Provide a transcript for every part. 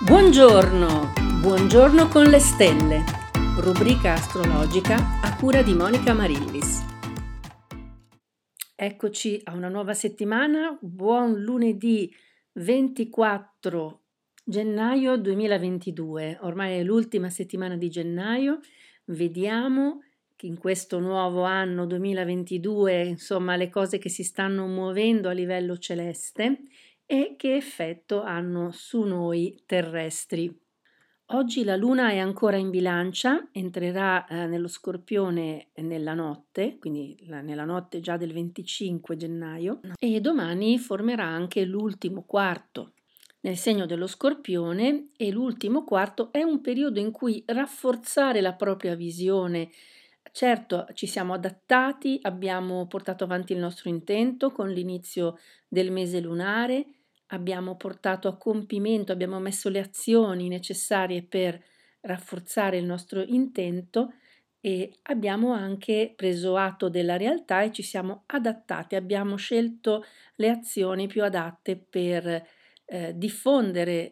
Buongiorno, buongiorno con le stelle, rubrica astrologica a cura di Monica Marillis. Eccoci a una nuova settimana, buon lunedì 24 gennaio 2022, ormai è l'ultima settimana di gennaio, vediamo che in questo nuovo anno 2022, insomma, le cose che si stanno muovendo a livello celeste e che effetto hanno su noi terrestri. Oggi la Luna è ancora in Bilancia, entrerà nello Scorpione nella notte, quindi nella notte già del 25 gennaio, e domani formerà anche l'ultimo quarto nel segno dello Scorpione, e l'ultimo quarto è un periodo in cui rafforzare la propria visione. Certo, ci siamo adattati, abbiamo portato avanti il nostro intento con l'inizio del mese lunare, abbiamo portato a compimento, abbiamo messo le azioni necessarie per rafforzare il nostro intento e abbiamo anche preso atto della realtà e ci siamo adattati, abbiamo scelto le azioni più adatte per diffondere,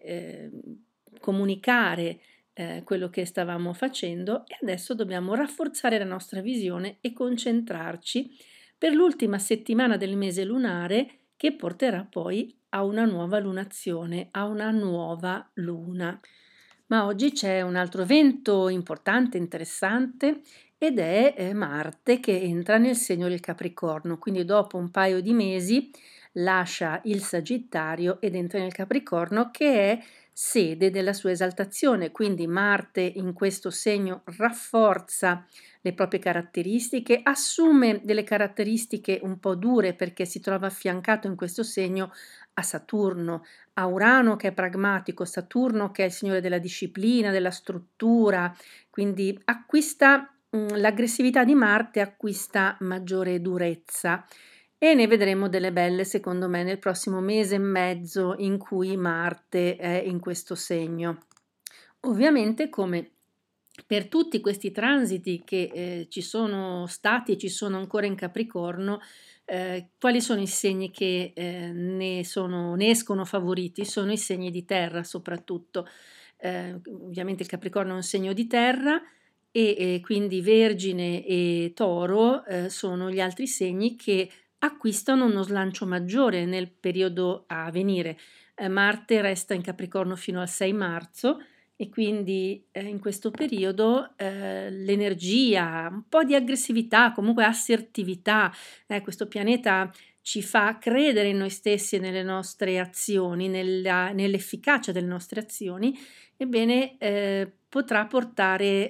comunicare quello che stavamo facendo, e adesso dobbiamo rafforzare la nostra visione e concentrarci per l'ultima settimana del mese lunare, che porterà poi a una nuova lunazione, a una nuova luna. Ma oggi c'è un altro evento importante, interessante, ed è Marte che entra nel segno del Capricorno, quindi dopo un paio di mesi lascia il Sagittario ed entra nel Capricorno, che è sede della sua esaltazione. Quindi Marte in questo segno rafforza le proprie caratteristiche, assume delle caratteristiche un po' dure perché si trova affiancato in questo segno a Saturno, a Urano che è pragmatico, Saturno che è il signore della disciplina, della struttura, quindi acquista l'aggressività di Marte acquista maggiore durezza. E ne vedremo delle belle, secondo me, nel prossimo mese e mezzo in cui Marte è in questo segno. Ovviamente, come per tutti questi transiti che ci sono stati e ci sono ancora in Capricorno, quali sono i segni che ne escono favoriti? Sono i segni di terra soprattutto. Ovviamente il Capricorno è un segno di terra, e quindi Vergine e Toro sono gli altri segni che acquistano uno slancio maggiore nel periodo a venire. Marte resta in Capricorno fino al 6 marzo e quindi in questo periodo l'energia, un po' di aggressività, comunque assertività, questo pianeta ci fa credere in noi stessi e nelle nostre azioni, nell'efficacia delle nostre azioni. Ebbene, potrà portare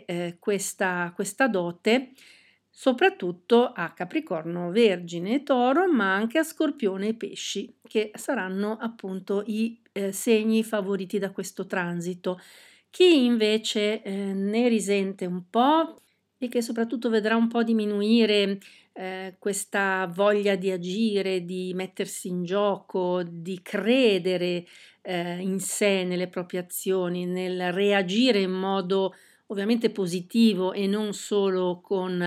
questa dote soprattutto a Capricorno, Vergine e Toro, ma anche a Scorpione e Pesci, che saranno appunto i segni favoriti da questo transito. Chi invece ne risente un po' e che soprattutto vedrà un po' diminuire questa voglia di agire, di mettersi in gioco, di credere in sé, nelle proprie azioni, nel reagire in modo ovviamente positivo e non solo con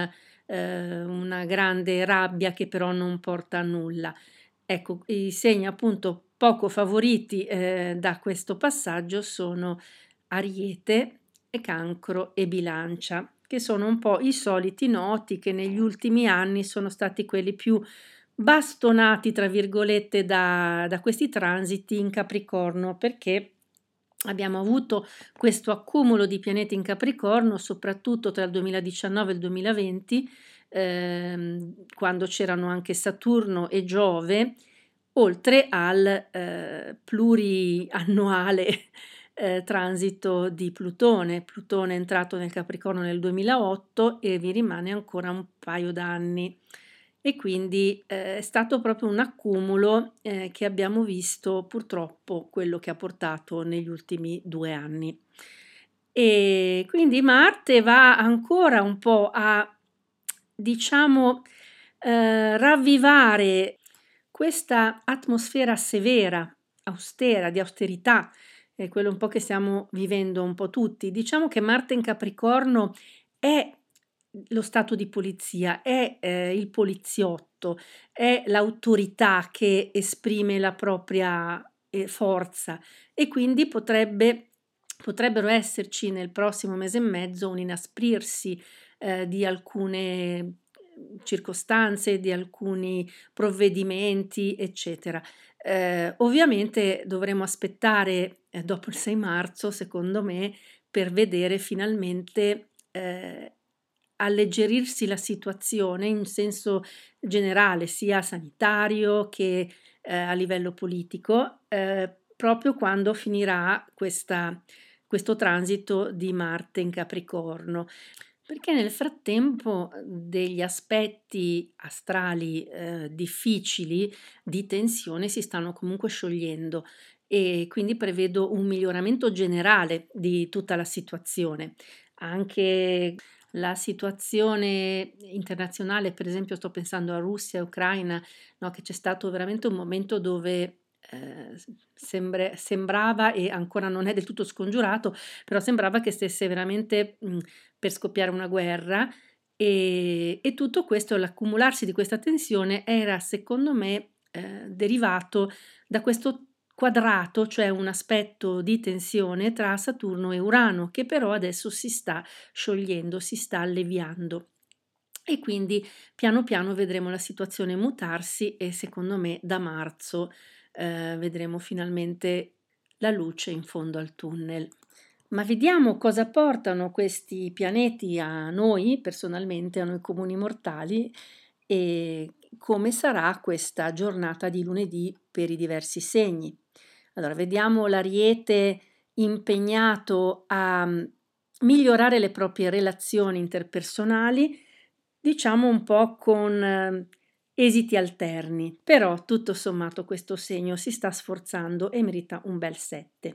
una grande rabbia che però non porta a nulla. Ecco, i segni appunto poco favoriti da questo passaggio sono Ariete e Cancro e Bilancia, che sono un po' i soliti noti che negli ultimi anni sono stati quelli più bastonati, tra virgolette, da questi transiti in Capricorno, perché abbiamo avuto questo accumulo di pianeti in Capricorno, soprattutto tra il 2019 e il 2020, quando c'erano anche Saturno e Giove, oltre al pluriannuale transito di Plutone. Plutone è entrato nel Capricorno nel 2008 e vi rimane ancora un paio d'anni. E quindi è stato proprio un accumulo che abbiamo visto purtroppo quello che ha portato negli ultimi 2 anni. E quindi Marte va ancora un po' a, diciamo, ravvivare questa atmosfera severa, austera, di austerità, è quello un po' che stiamo vivendo un po' tutti. Diciamo che Marte in Capricorno è lo stato di polizia, è il poliziotto, è l'autorità che esprime la propria forza, e quindi potrebbe potrebbero esserci nel prossimo mese e mezzo un inasprirsi di alcune circostanze, di alcuni provvedimenti, eccetera. Ovviamente dovremo aspettare dopo il 6 marzo, secondo me, per vedere finalmente alleggerirsi la situazione in senso generale, sia sanitario che a livello politico, proprio quando finirà questo transito di Marte in Capricorno. Perché nel frattempo degli aspetti astrali difficili di tensione si stanno comunque sciogliendo e quindi prevedo un miglioramento generale di tutta la situazione. Anche la situazione internazionale, per esempio sto pensando a Russia e Ucraina, no, che c'è stato veramente un momento dove sembrava, e ancora non è del tutto scongiurato, però sembrava che stesse veramente per scoppiare una guerra e tutto questo, l'accumularsi di questa tensione era secondo me derivato da questo quadrato, cioè un aspetto di tensione tra Saturno e Urano, che però adesso si sta sciogliendo, si sta alleviando. E quindi piano piano vedremo la situazione mutarsi e secondo me da marzo vedremo finalmente la luce in fondo al tunnel. Ma vediamo cosa portano questi pianeti a noi personalmente, a noi comuni mortali, e come sarà questa giornata di lunedì per i diversi segni. Allora, vediamo l'Ariete impegnato a migliorare le proprie relazioni interpersonali, diciamo un po' con esiti alterni, però tutto sommato questo segno si sta sforzando e merita un bel 7.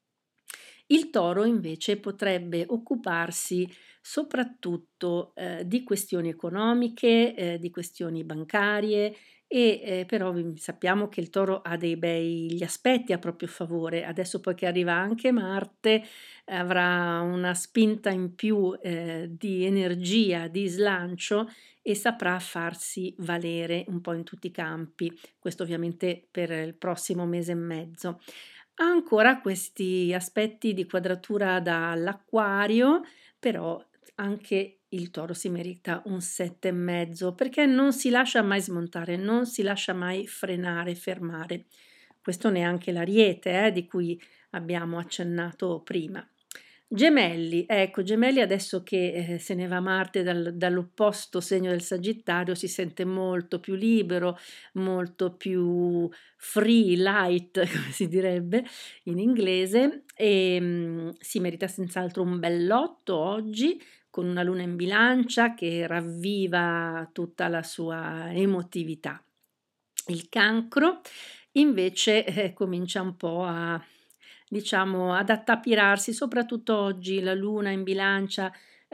Il Toro invece potrebbe occuparsi soprattutto di questioni economiche, di questioni bancarie e però sappiamo che il Toro ha dei begli aspetti a proprio favore. Adesso poi che arriva anche Marte avrà una spinta in più di energia, di slancio e saprà farsi valere un po' in tutti i campi. Questo ovviamente per il prossimo mese e mezzo. Ha ancora questi aspetti di quadratura dall'Acquario, però anche il Toro si merita un 7,5 perché non si lascia mai smontare, non si lascia mai frenare, fermare. Questo neanche l'Ariete, di cui abbiamo accennato prima. Gemelli, ecco, Gemelli adesso che se ne va Marte dall'opposto segno del Sagittario si sente molto più libero, molto più free, light, come si direbbe in inglese, e si merita senz'altro un bell'otto oggi con una luna in bilancia che ravviva tutta la sua emotività. Il Cancro invece comincia un po' a diciamo ad attapirarsi, soprattutto oggi la luna in bilancia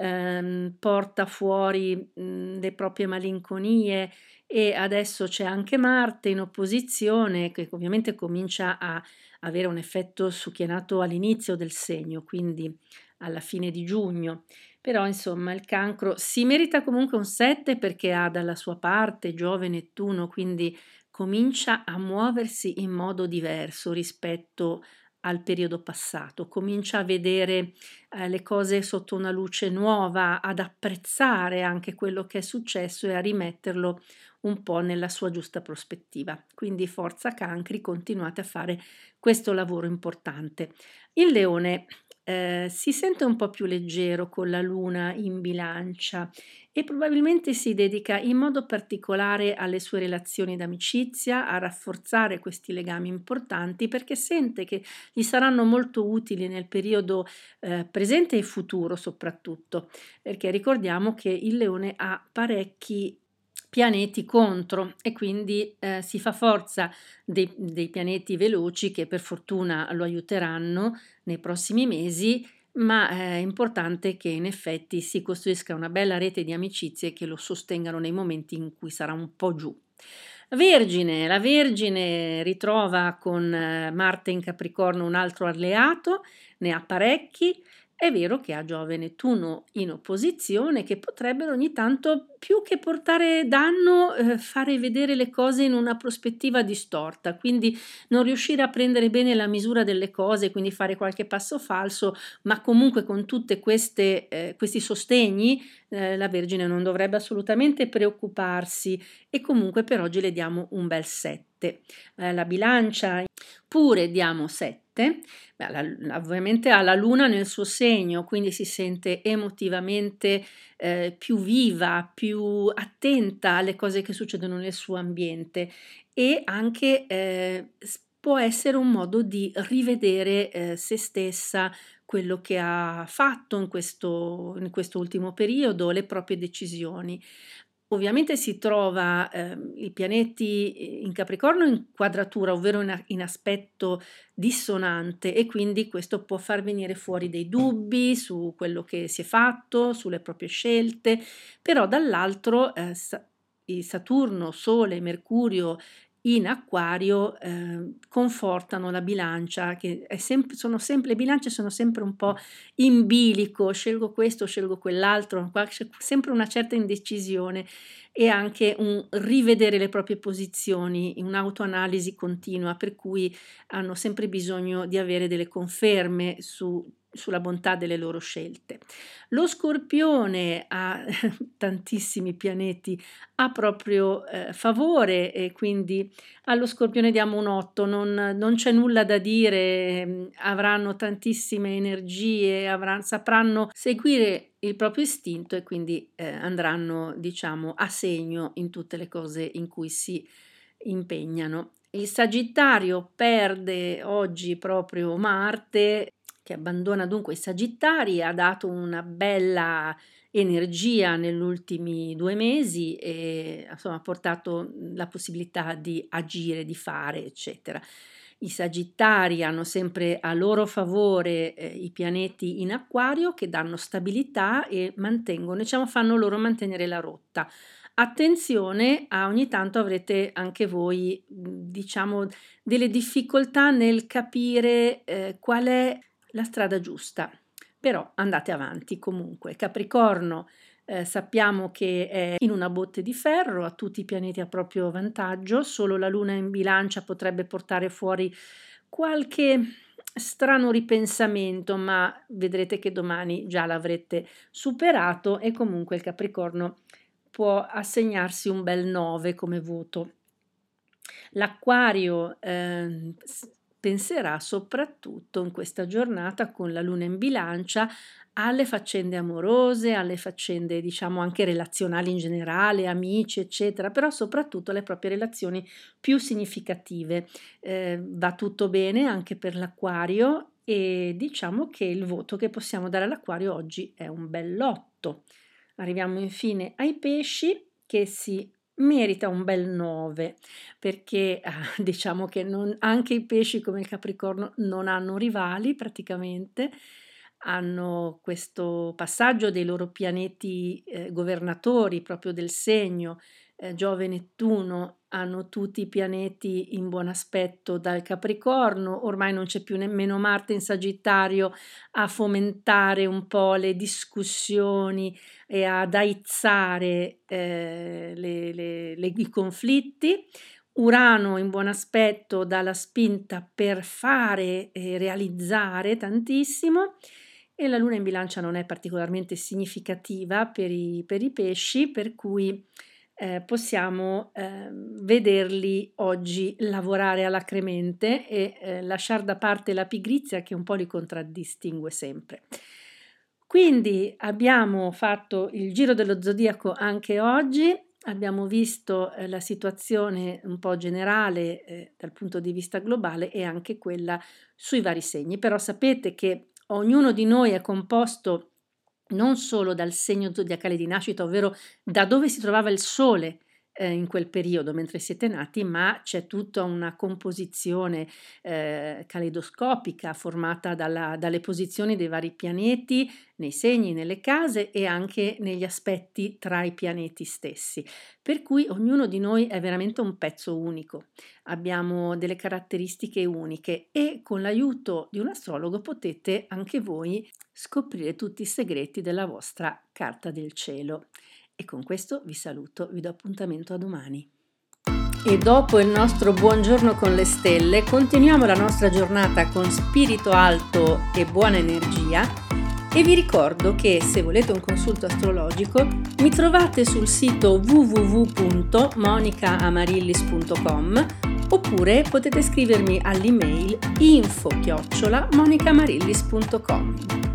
porta fuori le proprie malinconie e adesso c'è anche Marte in opposizione che ovviamente comincia a avere un effetto su chi è nato all'inizio del segno, quindi alla fine di giugno. Però insomma il Cancro si merita comunque un 7 perché ha dalla sua parte Giove e Nettuno, quindi comincia a muoversi in modo diverso rispetto al periodo passato, comincia a vedere le cose sotto una luce nuova, ad apprezzare anche quello che è successo e a rimetterlo un po' nella sua giusta prospettiva. Quindi forza Cancri, continuate a fare questo lavoro importante. Il Leone si sente un po' più leggero con la luna in bilancia e probabilmente si dedica in modo particolare alle sue relazioni d'amicizia, a rafforzare questi legami importanti perché sente che gli saranno molto utili nel periodo presente e futuro soprattutto, perché ricordiamo che il Leone ha parecchi pianeti contro e quindi si fa forza dei pianeti veloci che per fortuna lo aiuteranno nei prossimi mesi, ma è importante che in effetti si costruisca una bella rete di amicizie che lo sostengano nei momenti in cui sarà un po' giù. Vergine, la Vergine ritrova con Marte in Capricorno un altro alleato, ne ha parecchi, È vero che ha Giove e Nettuno in opposizione che potrebbero ogni tanto, più che portare danno, fare vedere le cose in una prospettiva distorta, quindi non riuscire a prendere bene la misura delle cose, quindi fare qualche passo falso, ma comunque con tutte questi sostegni, la Vergine non dovrebbe assolutamente preoccuparsi e comunque per oggi le diamo un bel 7. La Bilancia pure diamo 7. Beh, ovviamente ha la luna nel suo segno, quindi si sente emotivamente più viva, più attenta alle cose che succedono nel suo ambiente e anche può essere un modo di rivedere se stessa, quello che ha fatto in questo ultimo periodo, le proprie decisioni. Ovviamente si trova, i pianeti in Capricorno in quadratura, ovvero in aspetto dissonante e quindi questo può far venire fuori dei dubbi su quello che si è fatto, sulle proprie scelte, però dall'altro, i Saturno, Sole, Mercurio in Acquario, confortano la bilancia che è le bilance sono sempre un po' in bilico, scelgo questo, scelgo quell'altro, qua c'è sempre una certa indecisione e anche un rivedere le proprie posizioni, in un'autoanalisi continua, per cui hanno sempre bisogno di avere delle conferme sulla bontà delle loro scelte. Lo Scorpione ha tantissimi pianeti a proprio favore e quindi allo Scorpione diamo un 8, non c'è nulla da dire, avranno tantissime energie, sapranno seguire il proprio istinto e quindi andranno, diciamo, a segno in tutte le cose in cui si impegnano. Il Sagittario perde oggi proprio Marte, che abbandona dunque i Sagittari, ha dato una bella energia negli ultimi 2 mesi e insomma ha portato la possibilità di agire, di fare, eccetera. I Sagittari hanno sempre a loro favore i pianeti in Acquario che danno stabilità e mantengono, diciamo, fanno loro mantenere la rotta. Attenzione, a ogni tanto avrete anche voi, diciamo, delle difficoltà nel capire qual è la strada giusta, però andate avanti comunque. Capricorno sappiamo che è in una botte di ferro, ha tutti i pianeti a proprio vantaggio, solo la luna in bilancia potrebbe portare fuori qualche strano ripensamento, ma vedrete che domani già l'avrete superato e comunque il Capricorno può assegnarsi un bel 9 come voto. L'Acquario penserà soprattutto in questa giornata con la luna in bilancia alle faccende amorose, alle faccende diciamo anche relazionali in generale, amici eccetera, però soprattutto alle proprie relazioni più significative. Va tutto bene anche per l'Acquario e diciamo che il voto che possiamo dare all'Acquario oggi è un bell'8. Arriviamo infine ai pesci che si merita un bel 9 perché diciamo che anche i pesci come il Capricorno non hanno rivali praticamente, hanno questo passaggio dei loro pianeti governatori proprio del segno, Giove e Nettuno hanno tutti i pianeti in buon aspetto dal Capricorno, ormai non c'è più nemmeno Marte in Sagittario a fomentare un po' le discussioni e ad aizzare i conflitti. Urano in buon aspetto dà la spinta per fare e realizzare tantissimo e la luna in bilancia non è particolarmente significativa per i pesci, per cui possiamo vederli oggi lavorare alacremente e lasciare da parte la pigrizia che un po' li contraddistingue sempre. Quindi abbiamo fatto il giro dello zodiaco anche oggi, abbiamo visto la situazione un po' generale dal punto di vista globale e anche quella sui vari segni, però sapete che ognuno di noi è composto non solo dal segno zodiacale di nascita, ovvero da dove si trovava il Sole in quel periodo mentre siete nati, ma c'è tutta una composizione caleidoscopica formata dalle posizioni dei vari pianeti nei segni, nelle case e anche negli aspetti tra i pianeti stessi. Per cui ognuno di noi è veramente un pezzo unico, abbiamo delle caratteristiche uniche e con l'aiuto di un astrologo potete anche voi scoprire tutti i segreti della vostra carta del cielo. E con questo vi saluto, vi do appuntamento a domani. E dopo il nostro buongiorno con le stelle, continuiamo la nostra giornata con spirito alto e buona energia. E vi ricordo che se volete un consulto astrologico mi trovate sul sito www.monicaamarillis.com oppure potete scrivermi all'email info@monicamarillis.com.